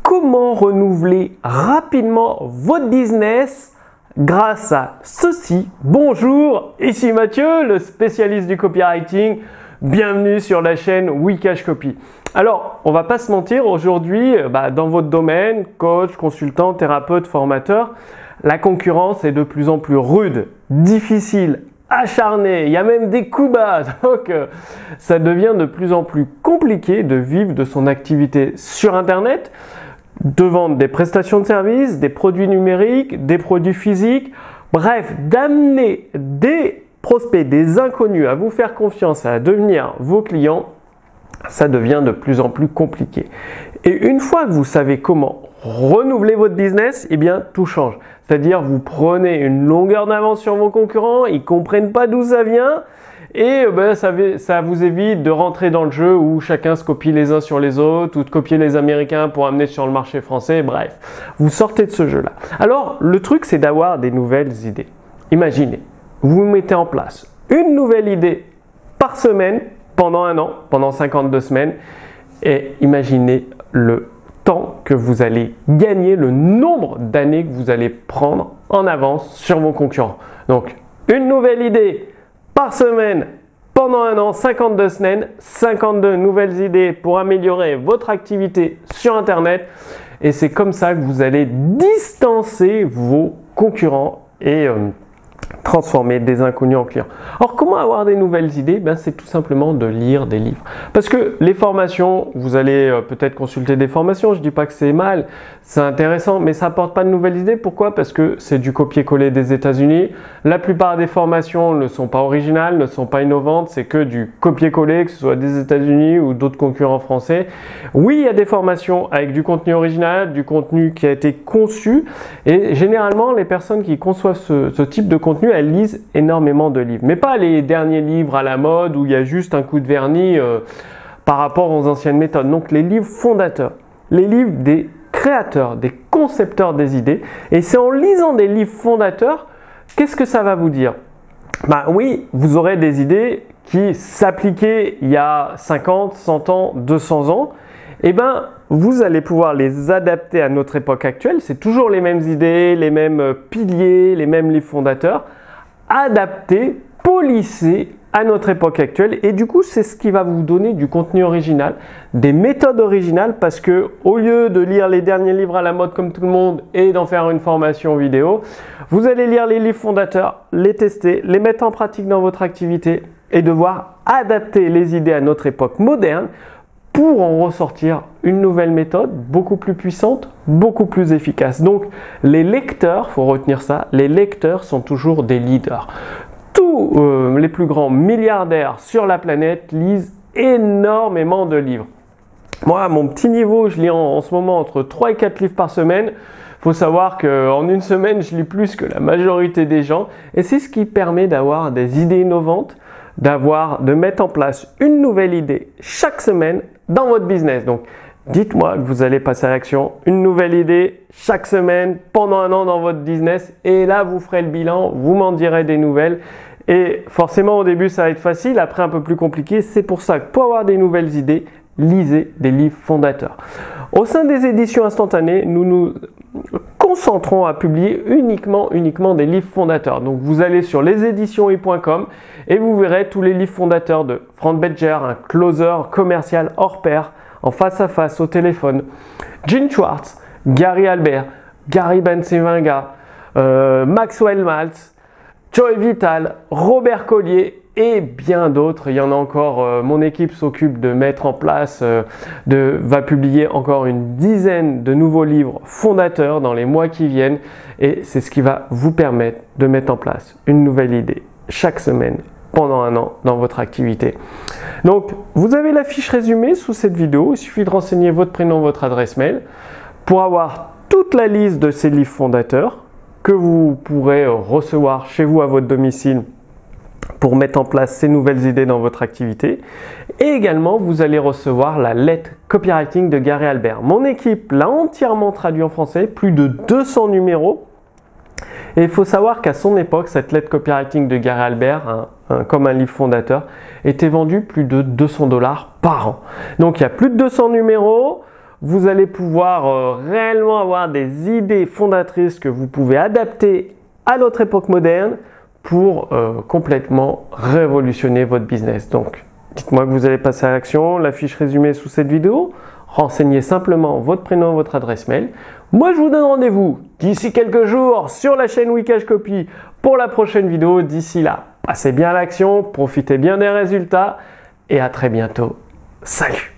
comment renouveler rapidement votre business grâce à ceci. Bonjour, ici Mathieu, le spécialiste du copywriting. Bienvenue sur la chaîne Wikash Copy. Alors, on va pas se mentir, aujourd'hui, dans votre domaine, coach, consultant, thérapeute, formateur, la concurrence est de plus en plus rude, difficile, acharnée. Il y a même des coups bas. Donc, ça devient de plus en plus compliqué de vivre de son activité sur Internet, de vendre des prestations de services, des produits numériques, des produits physiques, bref, d'amener des prospects, des inconnus à vous faire confiance, à devenir vos clients, ça devient de plus en plus compliqué. Et une fois que vous savez comment renouveler votre business, eh bien tout change. C'est-à-dire vous prenez une longueur d'avance sur vos concurrents, ils ne comprennent pas d'où ça vient et ça vous évite de rentrer dans le jeu où chacun se copie les uns sur les autres ou de copier les Américains pour amener sur le marché français. Bref, vous sortez de ce jeu-là. Alors le truc, c'est d'avoir des nouvelles idées. Imaginez, vous mettez en place une nouvelle idée par semaine pendant un an, pendant 52 semaines et imaginez le temps que vous allez gagner, le nombre d'années que vous allez prendre en avance sur vos concurrents. Donc, une nouvelle idée par semaine pendant un an, 52 semaines, 52 nouvelles idées pour améliorer votre activité sur Internet et c'est comme ça que vous allez distancer vos concurrents et transformer des inconnus en clients. Alors, comment avoir des nouvelles idées? C'est tout simplement de lire des livres. Parce que les formations, vous allez peut-être consulter des formations, je ne dis pas que c'est mal, c'est intéressant, mais ça n'apporte pas de nouvelles idées. Pourquoi? Parce que c'est du copier-coller des États-Unis. La plupart des formations ne sont pas originales, ne sont pas innovantes, c'est que du copier-coller, que ce soit des États-Unis ou d'autres concurrents français. Oui, il y a des formations avec du contenu original, du contenu qui a été conçu, et généralement, les personnes qui conçoivent ce type de contenu, elles lisent énormément de livres, mais pas les derniers livres à la mode où il y a juste un coup de vernis par rapport aux anciennes méthodes. Donc les livres fondateurs, les livres des créateurs, des concepteurs des idées. Et c'est en lisant des livres fondateurs, qu'est-ce que ça va vous dire? Oui, vous aurez des idées qui s'appliquaient il y a 50, 100 ans, 200 ans. Vous allez pouvoir les adapter à notre époque actuelle. C'est toujours les mêmes idées, les mêmes piliers, les mêmes livres fondateurs, adaptés, polissés à notre époque actuelle. Et du coup, c'est ce qui va vous donner du contenu original, des méthodes originales, parce que au lieu de lire les derniers livres à la mode comme tout le monde et d'en faire une formation vidéo, vous allez lire les livres fondateurs, les tester, les mettre en pratique dans votre activité et devoir adapter les idées à notre époque moderne pour en ressortir une nouvelle méthode beaucoup plus puissante, beaucoup plus efficace. Donc, les lecteurs, il faut retenir ça, les lecteurs sont toujours des leaders. Tous les plus grands milliardaires sur la planète lisent énormément de livres. Moi, à mon petit niveau, je lis en ce moment entre 3 et 4 livres par semaine. Il faut savoir qu'en une semaine, je lis plus que la majorité des gens. Et c'est ce qui permet d'avoir des idées innovantes, de mettre en place une nouvelle idée chaque semaine dans votre business. Donc, dites-moi que vous allez passer à l'action, une nouvelle idée chaque semaine pendant un an dans votre business et là, vous ferez le bilan, vous m'en direz des nouvelles et forcément, au début, ça va être facile, après un peu plus compliqué. C'est pour ça que pour avoir des nouvelles idées, lisez des livres fondateurs. Au sein des éditions instantanées, nous nous concentrons à publier uniquement des livres fondateurs. Donc vous allez sur leséditions.com et vous verrez tous les livres fondateurs de Frank Bettger, un closer commercial hors pair, en face à face, au téléphone, Gene Schwartz, Gary Albert, Gary Bencivenga, Maxwell Maltz, Joe Vital, Robert Collier et bien d'autres. Il y en a encore, mon équipe s'occupe de mettre en place, va publier encore une dizaine de nouveaux livres fondateurs dans les mois qui viennent et c'est ce qui va vous permettre de mettre en place une nouvelle idée chaque semaine pendant un an dans votre activité. Donc, vous avez la fiche résumée sous cette vidéo. Il suffit de renseigner votre prénom, votre adresse mail pour avoir toute la liste de ces livres fondateurs que vous pourrez recevoir chez vous à votre domicile pour mettre en place ces nouvelles idées dans votre activité. Et également, vous allez recevoir la lettre copywriting de Gary Albert. Mon équipe l'a entièrement traduit en français, plus de 200 numéros. Et il faut savoir qu'à son époque, cette lettre copywriting de Gary Albert, comme un livre fondateur, était vendue plus de $200 par an. Donc il y a plus de 200 numéros. vous allez pouvoir réellement avoir des idées fondatrices que vous pouvez adapter à notre époque moderne pour complètement révolutionner votre business. Donc, dites-moi que vous allez passer à l'action, la fiche résumée sous cette vidéo. Renseignez simplement votre prénom et votre adresse mail. Moi, je vous donne rendez-vous d'ici quelques jours sur la chaîne Wikash Copy pour la prochaine vidéo. D'ici là, passez bien à l'action, profitez bien des résultats et à très bientôt. Salut!